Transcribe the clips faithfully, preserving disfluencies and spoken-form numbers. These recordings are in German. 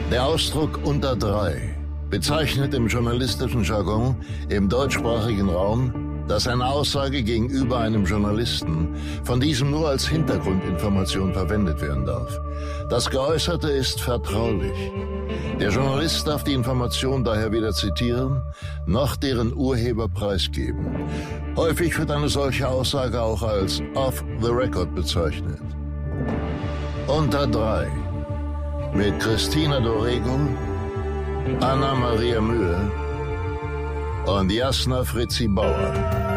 Der Ausdruck unter drei bezeichnet im journalistischen Jargon im deutschsprachigen Raum, dass eine Aussage gegenüber einem Journalisten von diesem nur als Hintergrundinformation verwendet werden darf. Das Geäußerte ist vertraulich. Der Journalist darf die Information daher weder zitieren, noch deren Urheber preisgeben. Häufig wird eine solche Aussage auch als off the record bezeichnet. Unter drei mit Christina Dorego, Anna Maria Mühe und Jasna Fritzi Bauer.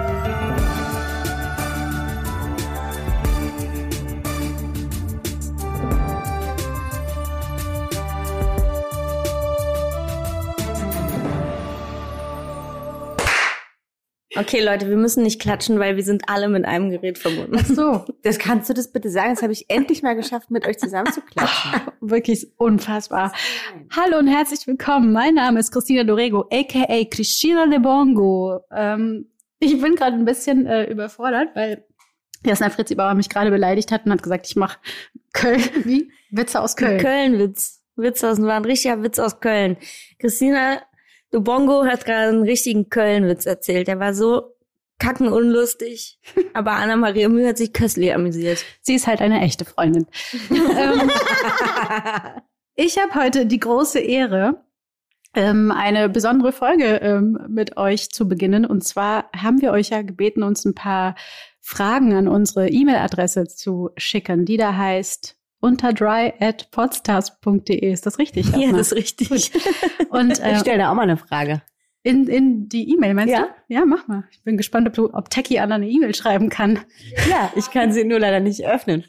Okay, Leute, wir müssen nicht klatschen, weil wir sind alle mit einem Gerät verbunden. Ach so, das kannst du das bitte sagen? Das habe ich endlich mal geschafft, mit euch zusammen zu klatschen. Wirklich unfassbar. Hallo und herzlich willkommen. Mein Name ist Christina Dorego, a k a. Cristina de Bongo. Ähm, ich bin gerade ein bisschen äh, überfordert, weil Jasna Fritzi Bauer mich gerade beleidigt hat und hat gesagt, ich mache Köln, wie? Witze aus Köln. Köln-Witz. Witz aus, war ein richtiger Witz aus Köln. Christina de Bongo hat gerade einen richtigen Köln-Witz erzählt. Der war so kackenunlustig. Aber Anna Maria Mühe hat sich köstlich amüsiert. Sie ist halt eine echte Freundin. ähm, ich habe heute die große Ehre, ähm, eine besondere Folge ähm, mit euch zu beginnen. Und zwar haben wir euch ja gebeten, uns ein paar Fragen an unsere E-Mail-Adresse zu schicken, die da heißt unterdry at podstars punkt de. Ist das richtig? Ja, Jasna? Das ist richtig. Und äh, ich stelle da auch mal eine Frage. In, in die E-Mail, meinst ja? du? Ja, mach mal. Ich bin gespannt, ob, du, ob Techie Anna eine E-Mail schreiben kann. Ja, ich kann sie nur leider nicht öffnen.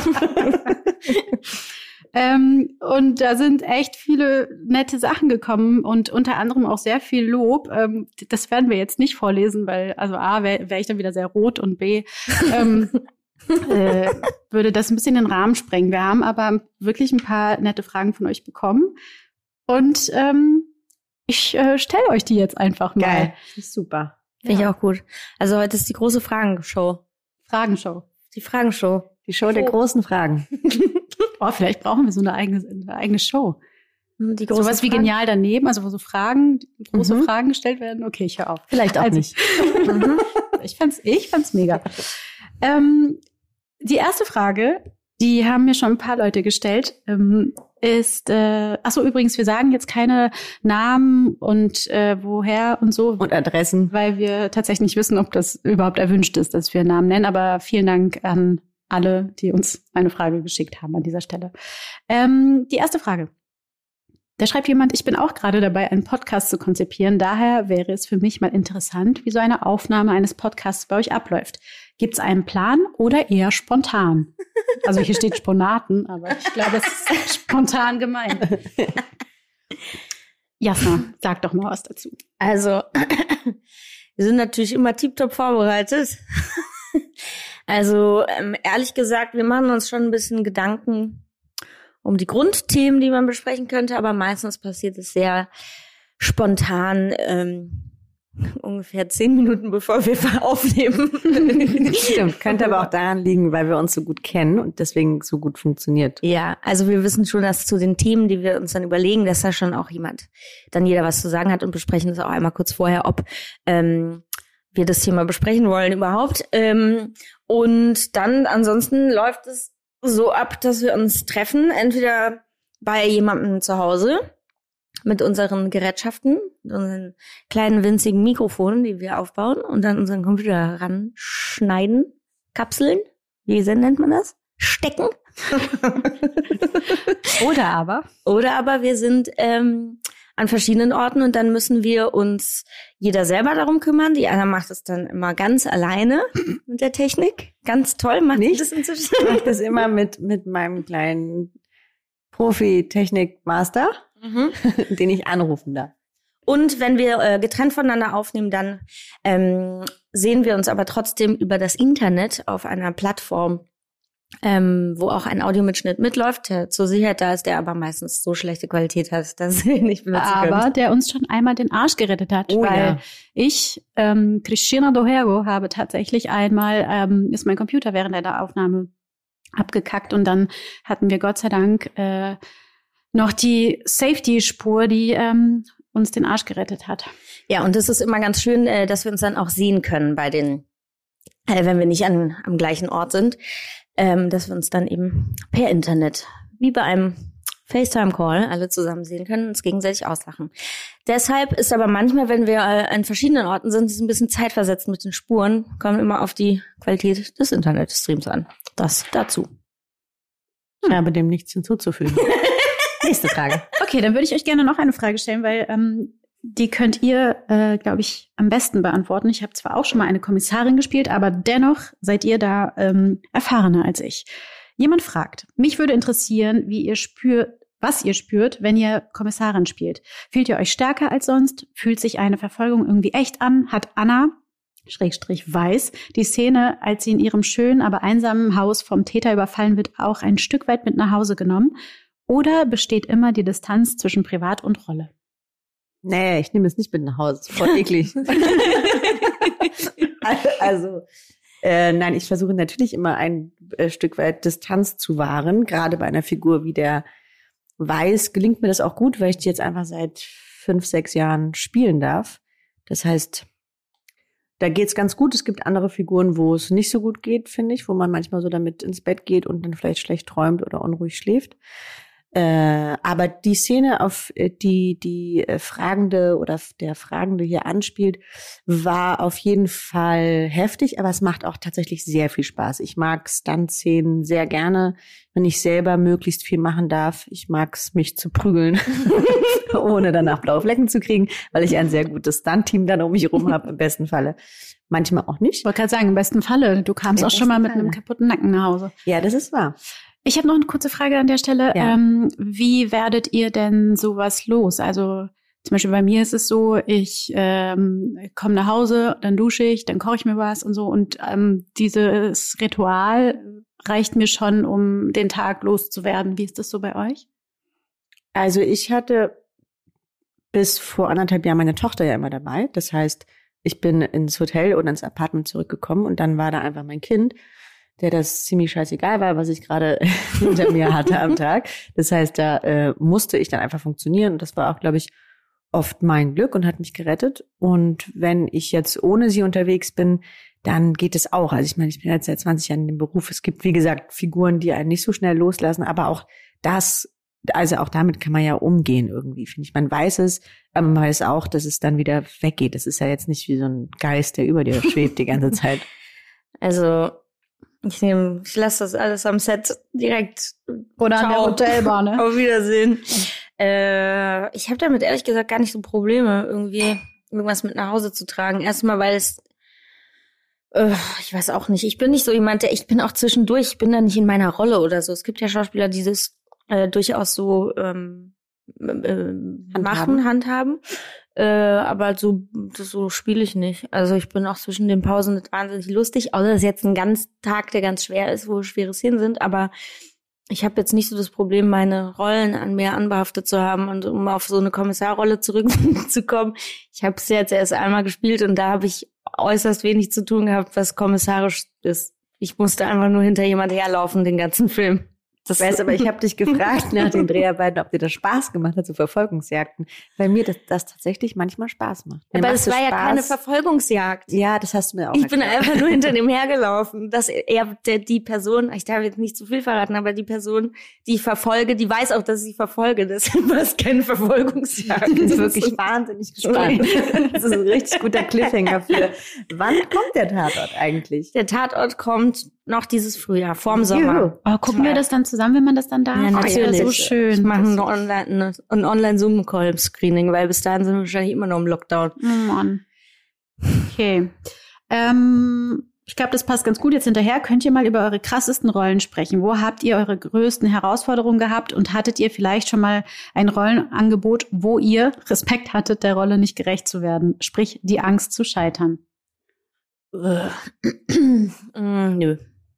ähm, und da sind echt viele nette Sachen gekommen und unter anderem auch sehr viel Lob. Ähm, das werden wir jetzt nicht vorlesen, weil also A, wäre wär ich dann wieder sehr rot und B, ähm, äh, würde das ein bisschen den Rahmen sprengen. Wir haben aber wirklich ein paar nette Fragen von euch bekommen. Und ähm, ich äh, stelle euch die jetzt einfach mal. Geil, das ist super. Finde ja. ich auch gut. Also heute ist die große Fragenshow. Fragenshow. Die Fragenshow. Die Show der großen Fragen. Oh, vielleicht brauchen wir so eine eigene, eine eigene Show. Die große Sowas wie Fragen? Genial daneben, also wo so Fragen, große mhm. Fragen gestellt werden. Okay, ich höre auf. Vielleicht auch also, nicht. mhm. Ich fand's, ich fand's mega. Ähm, die erste Frage, die haben mir schon ein paar Leute gestellt, ähm, ist, äh, ach so, übrigens, wir sagen jetzt keine Namen und äh, woher und so. Und Adressen. Weil wir tatsächlich nicht wissen, ob das überhaupt erwünscht ist, dass wir Namen nennen. Aber vielen Dank an alle, die uns eine Frage geschickt haben an dieser Stelle. Ähm, die erste Frage. Da schreibt jemand, ich bin auch gerade dabei, einen Podcast zu konzipieren. Daher wäre es für mich mal interessant, wie so eine Aufnahme eines Podcasts bei euch abläuft. Gibt es einen Plan oder eher spontan? Also hier steht Sponaten, aber ich glaube, es ist spontan gemeint. Jasna, sag doch mal was dazu. Also, wir sind natürlich immer tiptop vorbereitet. Also, ähm, ehrlich gesagt, wir machen uns schon ein bisschen Gedanken um die Grundthemen, die man besprechen könnte, aber meistens passiert es sehr spontan, ähm, ungefähr zehn Minuten bevor wir aufnehmen. Stimmt, könnte aber auch daran liegen, weil wir uns so gut kennen und deswegen so gut funktioniert. Ja, also wir wissen schon, dass zu den Themen, die wir uns dann überlegen, dass da schon auch jemand, dann jeder was zu sagen hat und besprechen das auch einmal kurz vorher, ob ähm, wir das Thema besprechen wollen überhaupt. Ähm, und dann ansonsten läuft es so ab, dass wir uns treffen, entweder bei jemandem zu Hause mit unseren Gerätschaften, mit unseren kleinen winzigen Mikrofonen, die wir aufbauen und dann unseren Computer ranschneiden, kapseln, wie nennt man das? Stecken. Oder aber? Oder aber wir sind ähm, an verschiedenen Orten und dann müssen wir uns jeder selber darum kümmern. Die Anna macht es dann immer ganz alleine mit der Technik. Ganz toll, macht nicht das inzwischen. Ich mache das immer mit mit meinem kleinen Profi-Technik-Master, mhm. den ich anrufen darf. Und wenn wir äh, getrennt voneinander aufnehmen, dann ähm, sehen wir uns aber trotzdem über das Internet auf einer Plattform, ähm, wo auch ein Audiomitschnitt mitläuft, der zur Sicherheit da ist, der aber meistens so schlechte Qualität hat, dass wir ihn nicht benutzen können. Aber der uns schon einmal den Arsch gerettet hat, oh, weil ja. ich, ähm, Cristina Dorego, habe tatsächlich einmal, ähm, ist mein Computer während der Aufnahme abgekackt und dann hatten wir Gott sei Dank äh, noch die Safety-Spur, die ähm, uns den Arsch gerettet hat. Ja, und das ist immer ganz schön, äh, dass wir uns dann auch sehen können bei den, äh, wenn wir nicht an, am gleichen Ort sind, ähm, dass wir uns dann eben per Internet, wie bei einem FaceTime-Call, alle zusammen sehen können und uns gegenseitig auslachen. Deshalb ist aber manchmal, wenn wir äh, an verschiedenen Orten sind, ist ein bisschen zeitversetzt mit den Spuren, kommen immer auf die Qualität des Internetstreams an. Das dazu. Ich habe dem nichts hinzuzufügen. Nächste Frage. Okay, dann würde ich euch gerne noch eine Frage stellen, weil ähm, die könnt ihr, äh, glaube ich, am besten beantworten. Ich habe zwar auch schon mal eine Kommissarin gespielt, aber dennoch seid ihr da ähm, erfahrener als ich. Jemand fragt, mich würde interessieren, wie ihr spürt, was ihr spürt, wenn ihr Kommissarin spielt. Fühlt ihr euch stärker als sonst? Fühlt sich eine Verfolgung irgendwie echt an? Hat Anna, Schrägstrich Weiß, die Szene, als sie in ihrem schönen, aber einsamen Haus vom Täter überfallen wird, auch ein Stück weit mit nach Hause genommen? Oder besteht immer die Distanz zwischen Privat und Rolle? Nee, ich nehme es nicht mit nach Hause. Das ist voll eklig. also, äh, nein, ich versuche natürlich immer ein äh, Stück weit Distanz zu wahren. Gerade bei einer Figur wie der Weiß gelingt mir das auch gut, weil ich die jetzt einfach seit fünf, sechs Jahren spielen darf. Das heißt, da geht's ganz gut. Es gibt andere Figuren, wo es nicht so gut geht, finde ich, wo man manchmal so damit ins Bett geht und dann vielleicht schlecht träumt oder unruhig schläft. Äh, aber die Szene, auf die die Fragende oder der Fragende hier anspielt, war auf jeden Fall heftig, aber es macht auch tatsächlich sehr viel Spaß. Ich mag Stunt-Szenen sehr gerne, wenn ich selber möglichst viel machen darf. Ich mag's, mich zu prügeln, ohne danach blaue Flecken zu kriegen, weil ich ein sehr gutes Stunt-Team dann um mich herum habe, im besten Falle. Manchmal auch nicht. Ich wollte gerade sagen, im besten Falle. Du kamst Im auch schon mal mit Falle. einem kaputten Nacken nach Hause. Ja, das ist wahr. Ich habe noch eine kurze Frage an der Stelle. Ja. Ähm, wie werdet ihr denn sowas los? Also zum Beispiel bei mir ist es so, ich ähm, komme nach Hause, dann dusche ich, dann koche ich mir was und so. Und ähm, dieses Ritual reicht mir schon, um den Tag loszuwerden. Wie ist das so bei euch? Also ich hatte bis vor anderthalb Jahren meine Tochter ja immer dabei. Das heißt, ich bin ins Hotel oder ins Apartment zurückgekommen und dann war da einfach mein Kind, der das ziemlich scheißegal war, was ich gerade hinter mir hatte am Tag. Das heißt, da äh, musste ich dann einfach funktionieren. Und das war auch, glaube ich, oft mein Glück und hat mich gerettet. Und wenn ich jetzt ohne sie unterwegs bin, dann geht es auch. Also ich meine, ich bin jetzt seit zwanzig Jahren in dem Beruf. Es gibt, wie gesagt, Figuren, die einen nicht so schnell loslassen. Aber auch das, also auch damit kann man ja umgehen irgendwie, finde ich. Man weiß es, aber man weiß auch, dass es dann wieder weggeht. Das ist ja jetzt nicht wie so ein Geist, der über dir schwebt die ganze Zeit. Also Ich nehme, ich lasse das alles am Set direkt. Oder an der Ciao. Hotelbar, ne? Auf Wiedersehen. Äh, ich habe damit ehrlich gesagt gar nicht so Probleme, irgendwie irgendwas mit nach Hause zu tragen. Erstmal, weil es, äh, ich weiß auch nicht, ich bin nicht so jemand, der, ich bin auch zwischendurch, ich bin da nicht in meiner Rolle oder so. Es gibt ja Schauspieler, die das äh, durchaus so ähm, äh, Handhaben. machen, handhaben. Äh, aber so, das, so spiele ich nicht. Also ich bin auch zwischen den Pausen nicht wahnsinnig lustig, außer dass es jetzt ein ganz Tag, der ganz schwer ist, wo schwere Szenen sind. Aber ich habe jetzt nicht so das Problem, meine Rollen an mir anbehaftet zu haben. Und um auf so eine Kommissarrolle zurückzukommen, ich habe es jetzt erst einmal gespielt und da habe ich äußerst wenig zu tun gehabt, was kommissarisch ist. Ich musste einfach nur hinter jemand herlaufen, den ganzen Film. Das weiß, aber ich habe dich gefragt nach den Dreharbeiten, ob dir das Spaß gemacht hat, so Verfolgungsjagden. Weil mir das, das tatsächlich manchmal Spaß macht. Mir Aber macht es war ja Spaß. keine Verfolgungsjagd. Ja, das hast du mir auch Ich bin erklärt. einfach nur hinter dem hergelaufen. Dass er, der, die Person, ich darf jetzt nicht zu viel verraten, aber die Person, die ich verfolge, die weiß auch, dass ich sie verfolge. Deshalb war es keine Verfolgungsjagd. Ich bin wirklich wahnsinnig gespannt. Das ist ein richtig guter Cliffhanger für. Wann kommt der Tatort eigentlich? Der Tatort kommt noch dieses Frühjahr, vorm Sommer. Oh, gucken wir das dann zusammen, wenn man das dann darf? Ja, Oh, natürlich. so Ich schön. mache ein Online, ein Online-Zoom-Call-Screening, weil bis dahin sind wir wahrscheinlich immer noch im Lockdown. Oh Mann. Okay. Ähm, ich glaube, das passt ganz gut jetzt hinterher. Könnt ihr mal über eure krassesten Rollen sprechen? Wo habt ihr eure größten Herausforderungen gehabt? Und hattet ihr vielleicht schon mal ein Rollenangebot, wo ihr Respekt hattet, der Rolle nicht gerecht zu werden? Sprich, die Angst zu scheitern. mm, nö.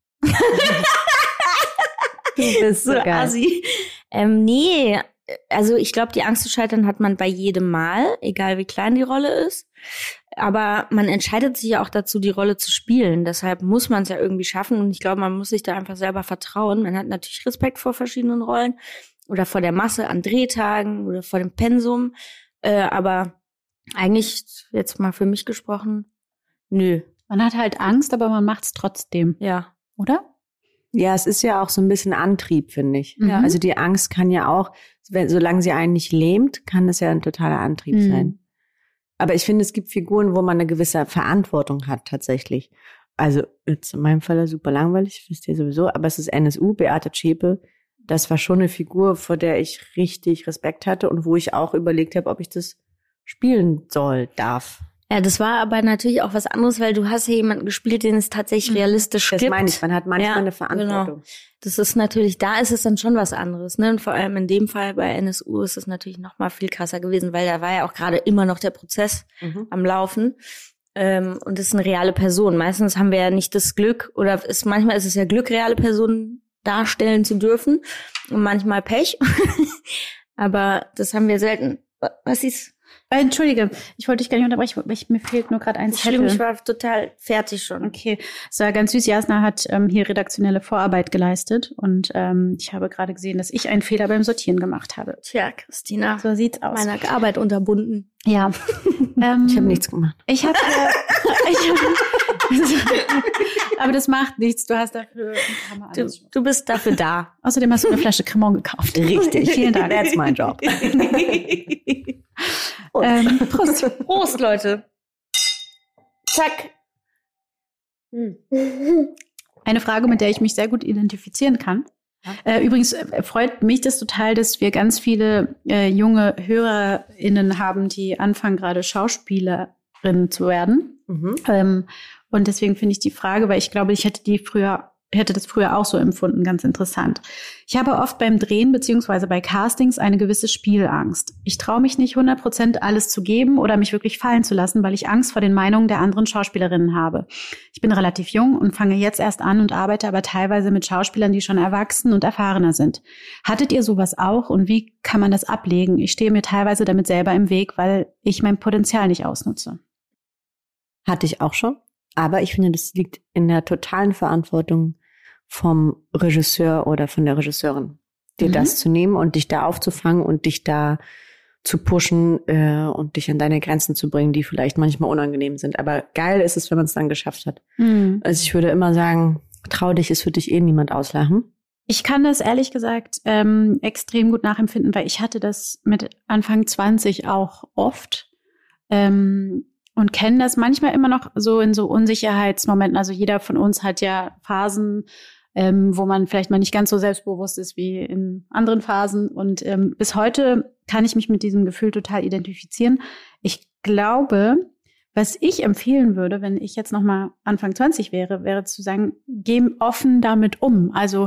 Du bist so So geil. assi. Ähm, nee, also ich glaube, die Angst zu scheitern hat man bei jedem Mal, egal wie klein die Rolle ist. Aber man entscheidet sich ja auch dazu, die Rolle zu spielen. Deshalb muss man es ja irgendwie schaffen. Und ich glaube, man muss sich da einfach selber vertrauen. Man hat natürlich Respekt vor verschiedenen Rollen. oder vor der Masse an Drehtagen oder vor dem Pensum. Äh, aber eigentlich, jetzt mal für mich gesprochen, nö. Man hat halt Angst, aber man macht es trotzdem. Ja. Oder? Ja, es ist ja auch so ein bisschen Antrieb, finde ich. Ja. Also die Angst kann ja auch, wenn, solange sie einen nicht lähmt, kann das ja ein totaler Antrieb Mhm. sein. Aber ich finde, es gibt Figuren, wo man eine gewisse Verantwortung hat tatsächlich. Also jetzt in meinem Fall super langweilig, wisst ihr sowieso, aber es ist N S U, Beate Zschäpe. Das war schon eine Figur, vor der ich richtig Respekt hatte und wo ich auch überlegt habe, ob ich das spielen soll, darf. Ja, das war aber natürlich auch was anderes, weil du hast ja jemanden gespielt, den es tatsächlich realistisch Das gibt. meine ich, man hat manchmal Ja, eine Verantwortung. Genau. Das ist natürlich, da ist es dann schon was anderes, ne? Und vor allem in dem Fall bei N S U ist es natürlich noch mal viel krasser gewesen, weil da war ja auch gerade immer noch der Prozess Mhm. am Laufen. Ähm, und das ist eine reale Person. Meistens haben wir ja nicht das Glück, oder ist, manchmal ist es ja Glück, reale Personen darstellen zu dürfen und manchmal Pech. Aber das haben wir selten. Was ist? Äh, Entschuldige, ich wollte dich gar nicht unterbrechen, aber ich, mir fehlt nur gerade ein Schlimm, Zettel. ich war total fertig schon. Okay, es war ganz süß. Jasna hat ähm, hier redaktionelle Vorarbeit geleistet und ähm, ich habe gerade gesehen, dass ich einen Fehler beim Sortieren gemacht habe. Tja, Christina, So sieht's aus. meiner Arbeit unterbunden. Ja. ähm, Ich habe nichts gemacht. Ich habe, äh, ich hab, aber das macht nichts. Du hast dafür, haben wir Du, alles schon. du bist dafür da. Außerdem hast du eine Flasche Cremant gekauft. Richtig. Vielen Dank. That's my job. Ähm, Prost. Prost, Leute. Zack. Eine Frage, mit der ich mich sehr gut identifizieren kann. Äh, übrigens äh, freut mich das total, dass wir ganz viele äh, junge HörerInnen haben, die anfangen, gerade Schauspielerin zu werden. Mhm. Ähm, und deswegen finde ich die Frage, weil ich glaube, ich hätte die früher, hätte das früher auch so empfunden, ganz interessant. Ich habe oft beim Drehen beziehungsweise bei Castings eine gewisse Spielangst. Ich traue mich nicht hundert Prozent alles zu geben oder mich wirklich fallen zu lassen, weil ich Angst vor den Meinungen der anderen Schauspielerinnen habe. Ich bin relativ jung und fange jetzt erst an und arbeite aber teilweise mit Schauspielern, die schon erwachsen und erfahrener sind. Hattet ihr sowas auch und wie kann man das ablegen? Ich stehe mir teilweise damit selber im Weg, weil ich mein Potenzial nicht ausnutze. Hatte ich auch schon. Aber ich finde, das liegt in der totalen Verantwortung vom Regisseur oder von der Regisseurin, dir Mhm. das zu nehmen und dich da aufzufangen und dich da zu pushen äh, und dich an deine Grenzen zu bringen, die vielleicht manchmal unangenehm sind. Aber geil ist es, wenn man es dann geschafft hat. Mhm. Also ich würde immer sagen, trau dich, es wird dich eh niemand auslachen. Ich kann das ehrlich gesagt ähm, extrem gut nachempfinden, weil ich hatte das mit Anfang zwanzig auch oft ähm, und kenne das manchmal immer noch so in so Unsicherheitsmomenten. Also jeder von uns hat ja Phasen, ähm, wo man vielleicht mal nicht ganz so selbstbewusst ist wie in anderen Phasen. Und ähm, bis heute kann ich mich mit diesem Gefühl total identifizieren. Ich glaube, was ich empfehlen würde, wenn ich jetzt noch mal Anfang zwanzig wäre, wäre zu sagen, geh offen damit um. Also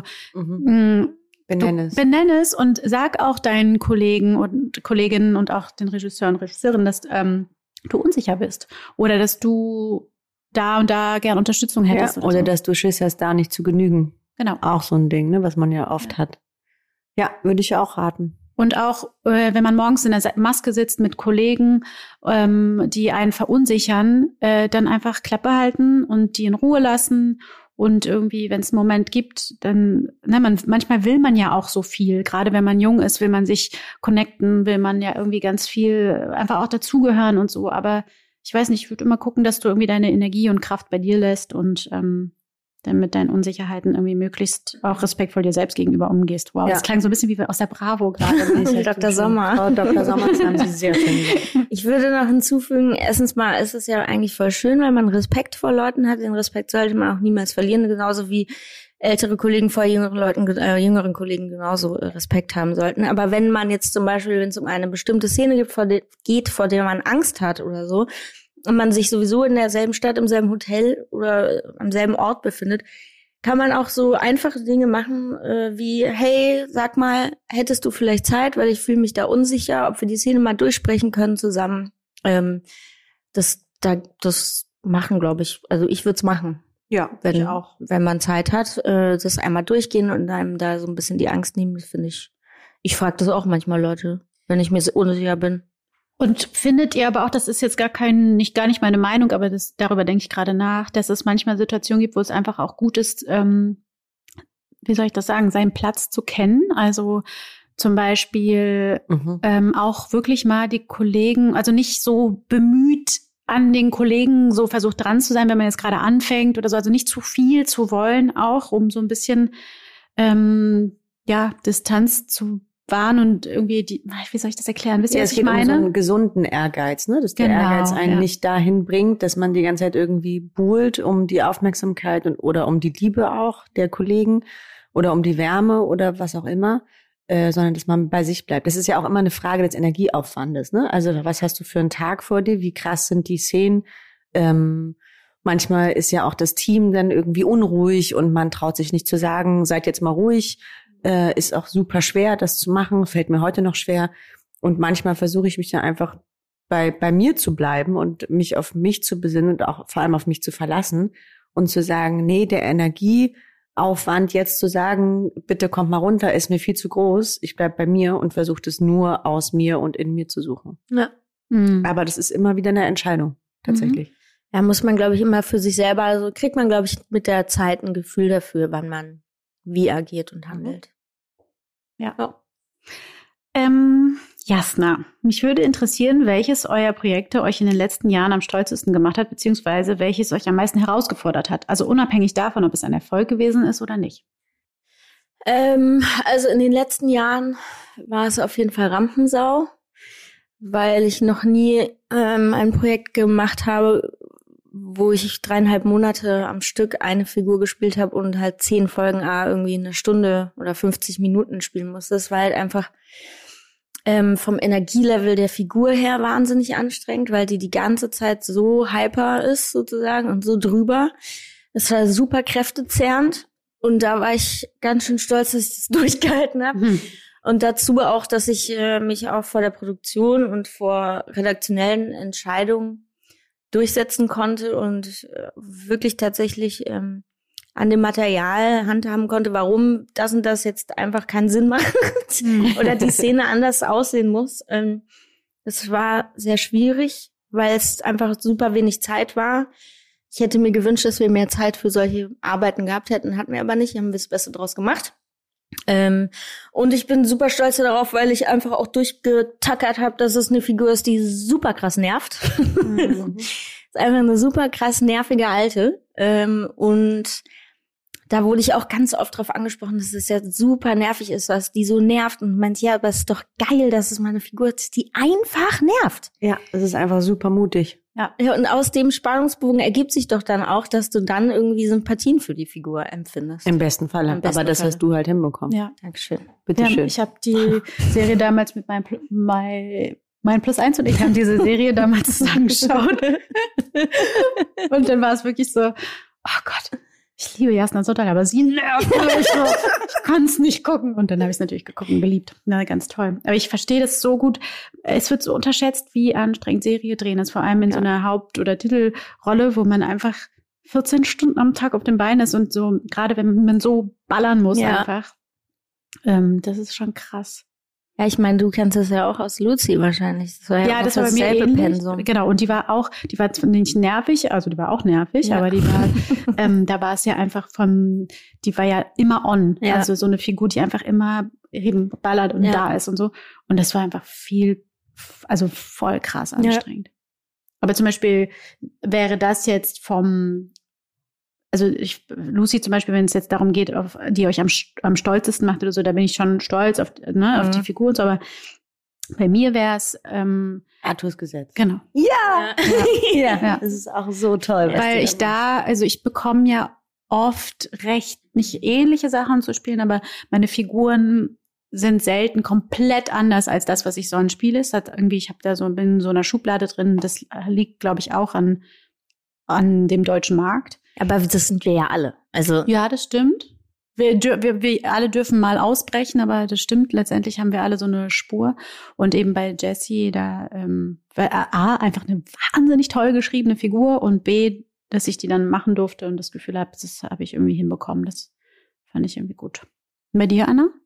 mh, Benenn du es. benenn es und sag auch deinen Kollegen und Kolleginnen und auch den Regisseuren und Regisseurinnen, dass ähm, du unsicher bist oder dass du da und da gern Unterstützung Ja, hättest. oder oder so. dass du Schiss hast, da nicht zu genügen. Genau. Auch so ein Ding, ne, was man ja oft Ja. hat. Ja, würde ich auch raten. Und auch, äh, wenn man morgens in der Maske sitzt mit Kollegen, ähm, die einen verunsichern, äh, dann einfach Klappe halten und die in Ruhe lassen. Und irgendwie, wenn es einen Moment gibt, dann, ne, man, manchmal will man ja auch so viel. Gerade wenn man jung ist, will man sich connecten, will man ja irgendwie ganz viel einfach auch dazugehören und so. Aber ich weiß nicht, ich würde immer gucken, dass du irgendwie deine Energie und Kraft bei dir lässt und ähm, dann mit deinen Unsicherheiten irgendwie möglichst auch respektvoll dir selbst gegenüber umgehst. Wow, Ja. das klang so ein bisschen wie aus der Bravo gerade. Doktor Sommer. Frau Doktor Sommer, das haben Sie sehr schön gesagt. Ich würde noch hinzufügen, erstens mal ist es ja eigentlich voll schön, weil man Respekt vor Leuten hat. Den Respekt sollte man auch niemals verlieren, genauso wie ältere Kollegen vor jüngeren Leuten, äh, jüngeren Kollegen genauso äh, Respekt haben sollten. Aber wenn man jetzt zum Beispiel, wenn es um eine bestimmte Szene gibt, vor de- geht, vor der man Angst hat oder so, und man sich sowieso in derselben Stadt, im selben Hotel oder am selben Ort befindet, kann man auch so einfache Dinge machen, äh, wie, hey, sag mal, hättest du vielleicht Zeit, weil ich fühle mich da unsicher, ob wir die Szene mal durchsprechen können zusammen. Ähm, das, da, das machen, glaube ich, also ich würde es machen. Ja, Wenn, ich auch. wenn man Zeit hat, äh, das einmal durchgehen und einem da so ein bisschen die Angst nehmen, das finde ich, ich frage das auch manchmal Leute, wenn ich mir so unsicher bin. Und findet ihr aber auch, das ist jetzt gar kein, nicht gar nicht meine Meinung, aber das, darüber denke ich gerade nach, dass es manchmal Situationen gibt, wo es einfach auch gut ist, ähm, wie soll ich das sagen, seinen Platz zu kennen. Also zum Beispiel Mhm. ähm, auch wirklich mal die Kollegen, also nicht so bemüht an den Kollegen so versucht dran zu sein, wenn man jetzt gerade anfängt oder so, also nicht zu viel zu wollen auch, um so ein bisschen ähm, ja Distanz zu wahren und irgendwie die, wie soll ich das erklären? Wisst ihr, Ja, was es ich geht um so meine? einen gesunden Ehrgeiz, ne? Dass der Genau, Ehrgeiz einen ja. nicht dahin bringt, dass man die ganze Zeit irgendwie buhlt um die Aufmerksamkeit und oder um die Liebe auch der Kollegen oder um die Wärme oder was auch immer, äh, sondern dass man bei sich bleibt. Das ist ja auch immer eine Frage des Energieaufwandes, ne? Also was hast du für einen Tag vor dir? Wie krass sind die Szenen? Ähm, manchmal ist ja auch das Team dann irgendwie unruhig und man traut sich nicht zu sagen, seid jetzt mal ruhig. Äh, ist auch super schwer, das zu machen, fällt mir heute noch schwer. Und manchmal versuche ich mich dann einfach bei bei mir zu bleiben und mich auf mich zu besinnen und auch vor allem auf mich zu verlassen und zu sagen, nee, der Energieaufwand jetzt zu sagen, bitte kommt mal runter, ist mir viel zu groß. Ich bleib bei mir und versuche das nur aus mir und in mir zu suchen. Ja. Mhm. Aber das ist immer wieder eine Entscheidung, tatsächlich. Ja, muss man, glaube ich, immer für sich selber, also kriegt man, glaube ich, mit der Zeit ein Gefühl dafür, wann man wie agiert und handelt. Ja. Ähm, Jasna, mich würde interessieren, welches eurer Projekte euch in den letzten Jahren am stolzesten gemacht hat, beziehungsweise welches euch am meisten herausgefordert hat. Also unabhängig davon, ob es ein Erfolg gewesen ist oder nicht. Ähm, also in den letzten Jahren war es auf jeden Fall Rampensau, weil ich noch nie ähm, ein Projekt gemacht habe, wo ich dreieinhalb Monate am Stück eine Figur gespielt habe und halt zehn Folgen A irgendwie eine Stunde oder fünfzig Minuten spielen musste. Das war halt einfach ähm, vom Energielevel der Figur her wahnsinnig anstrengend, weil die die ganze Zeit so hyper ist sozusagen und so drüber. Es war super kräftezehrend und da war ich ganz schön stolz, dass ich das durchgehalten habe. Mhm. Und dazu auch, dass ich äh, mich auch vor der Produktion und vor redaktionellen Entscheidungen durchsetzen konnte und äh, wirklich tatsächlich ähm, an dem Material handhaben konnte, warum das und das jetzt einfach keinen Sinn macht oder die Szene anders aussehen muss. Ähm, das war sehr schwierig, weil es einfach super wenig Zeit war. Ich hätte mir gewünscht, dass wir mehr Zeit für solche Arbeiten gehabt hätten, hatten wir aber nicht, haben wir das Beste draus gemacht. Ähm, und ich bin super stolz darauf, weil ich einfach auch durchgetackert habe, dass es eine Figur ist, die super krass nervt. Mhm. Ist einfach eine super krass nervige Alte. Ähm, und da wurde ich auch ganz oft drauf angesprochen, dass es ja super nervig ist, was die so nervt. Und meint, ja, aber es ist doch geil, dass es mal eine Figur ist, die einfach nervt. Ja, es ist einfach super mutig. Ja. Ja, und aus dem Spannungsbogen ergibt sich doch dann auch, dass du dann irgendwie Sympathien für die Figur empfindest. Im besten Fall. Im besten aber das Fall. hast du halt hinbekommen. Ja. Dankeschön. Bitte Ja, schön. ich habe die Serie damals mit meinem Pl- mein, mein Plus eins und ich haben diese Serie damals zusammen geschaut. Und dann war es wirklich so, oh Gott, ich liebe Jasna Sontag, aber sie nervt mich so. Ich kann es nicht gucken. Und dann habe ich es natürlich geguckt und geliebt. Na, ganz toll. Aber ich verstehe das so gut. Es wird so unterschätzt, wie anstrengend Serie drehen ist. Vor allem in ja. so einer Haupt- oder Titelrolle, wo man einfach vierzehn Stunden am Tag auf dem Bein ist und so, gerade wenn man so ballern muss ja. einfach. Ähm, das ist schon krass. Ja, ich meine, du kennst das ja auch aus Lucy wahrscheinlich. Das war ja, ja auch das war bei mir dasselbe ähnlich. Pensum. Genau, und die war auch, die war zwar nicht nervig, also die war auch nervig, ja. aber die war, ähm, da war es ja einfach vom, die war ja immer on. Ja. Also so eine Figur, die einfach immer eben ballert und ja. da ist und so. Und das war einfach viel, also voll krass anstrengend. Ja. Aber zum Beispiel wäre das jetzt vom, also ich, Lucy zum Beispiel, wenn es jetzt darum geht, auf, die euch am, am stolzesten macht oder so, da bin ich schon stolz auf, ne, mhm. auf die Figur und so, aber bei mir wäre es ähm, Arthurs Gesetz. Genau. Ja. Ja. ja. ja. Das ist auch so toll. Weil ich da, also ich bekomme ja oft recht, nicht ähnliche Sachen zu spielen, aber meine Figuren sind selten komplett anders als das, was ich sonst spiele. Es hat irgendwie, ich habe da so, bin in so einer Schublade drin, das liegt, glaube ich, auch an, an dem deutschen Markt. Aber das sind wir ja alle. Also ja, das stimmt. Wir, wir, wir alle dürfen mal ausbrechen, aber das stimmt. Letztendlich haben wir alle so eine Spur. Und eben bei Jessie, da ähm, war A, einfach eine wahnsinnig toll geschriebene Figur und B, dass ich die dann machen durfte und das Gefühl habe, das habe ich irgendwie hinbekommen. Das fand ich irgendwie gut. Und bei dir, Anna?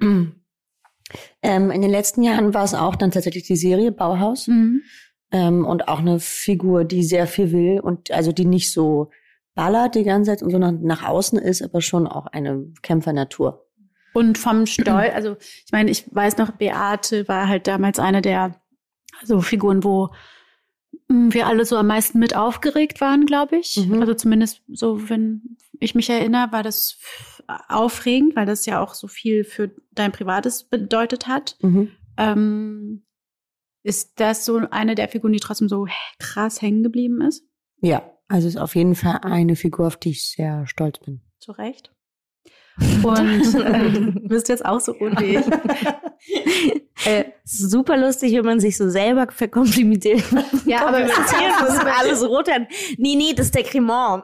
ähm, in den letzten Jahren war es auch dann tatsächlich die Serie Bauhaus. Mhm. Ähm, und auch eine Figur, die sehr viel will und also die nicht so ballert die ganze Zeit und so nach, nach außen ist, aber schon auch eine Kämpfernatur. Und vom Stolz, also ich meine, ich weiß noch, Beate war halt damals eine der so Figuren, wo wir alle so am meisten mit aufgeregt waren, glaube ich. Mhm. Also zumindest so, wenn ich mich erinnere, war das aufregend, weil das ja auch so viel für dein Privates bedeutet hat. Mhm. Ähm, ist das so eine der Figuren, die trotzdem so krass hängen geblieben ist? Ja, also ist auf jeden Fall eine Figur, auf die ich sehr stolz bin. Zu Recht. Und äh, bist jetzt auch so unfähig. äh, super lustig, wenn man sich so selber verkomplimentiert. Ja, aber das ist alles rot. Nee, nee, das ist der Cremant.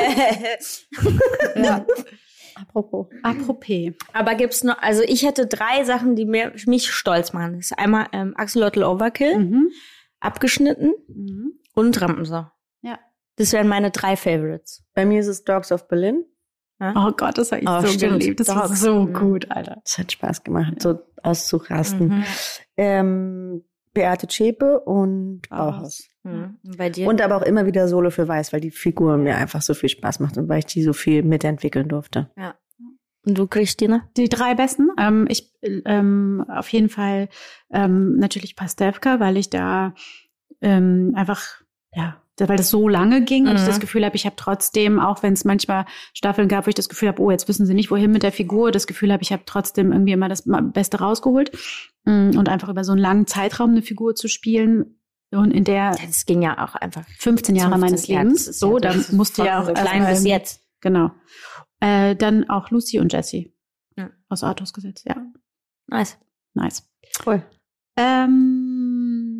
Ja. Apropos. Apropos. Aber gibt's noch, also ich hätte drei Sachen, die mir, mich stolz machen. Das ist einmal ähm, Axolotl Overkill, mhm. abgeschnitten mhm. und Rampensau. Ja. Das wären meine drei Favorites. Bei mir ist es Dogs of Berlin. Oh Gott, das habe ich oh, so stimmt. geliebt. Das war so gut, Alter. Das hat Spaß gemacht, ja. so auszurasten. Mhm. Ähm, Beate Zschäpe und Bauhaus. Mhm. Bei dir? Und aber auch immer wieder Solo für Weiß, weil die Figur mir einfach so viel Spaß macht und weil ich die so viel mitentwickeln durfte. Ja. Und du, Christine? Die drei besten? Ähm, ich ähm, auf jeden Fall ähm, natürlich Pastewka, weil ich da ähm, einfach, ja, weil das so lange ging und mhm. ich das Gefühl habe, ich habe trotzdem, auch wenn es manchmal Staffeln gab, wo ich das Gefühl habe, oh, jetzt wissen sie nicht, wohin mit der Figur, das Gefühl habe, ich habe trotzdem irgendwie immer das Beste rausgeholt und einfach über so einen langen Zeitraum eine Figur zu spielen und in der das ging ja auch einfach fünfzehn Jahre meines Lebens, ja, so, ja, da musste ja auch so klein bis jetzt. Genau. Äh, dann auch Lucy und Jessie ja. aus Arthurs Gesetz, ja. Nice. Nice. Cool. Ähm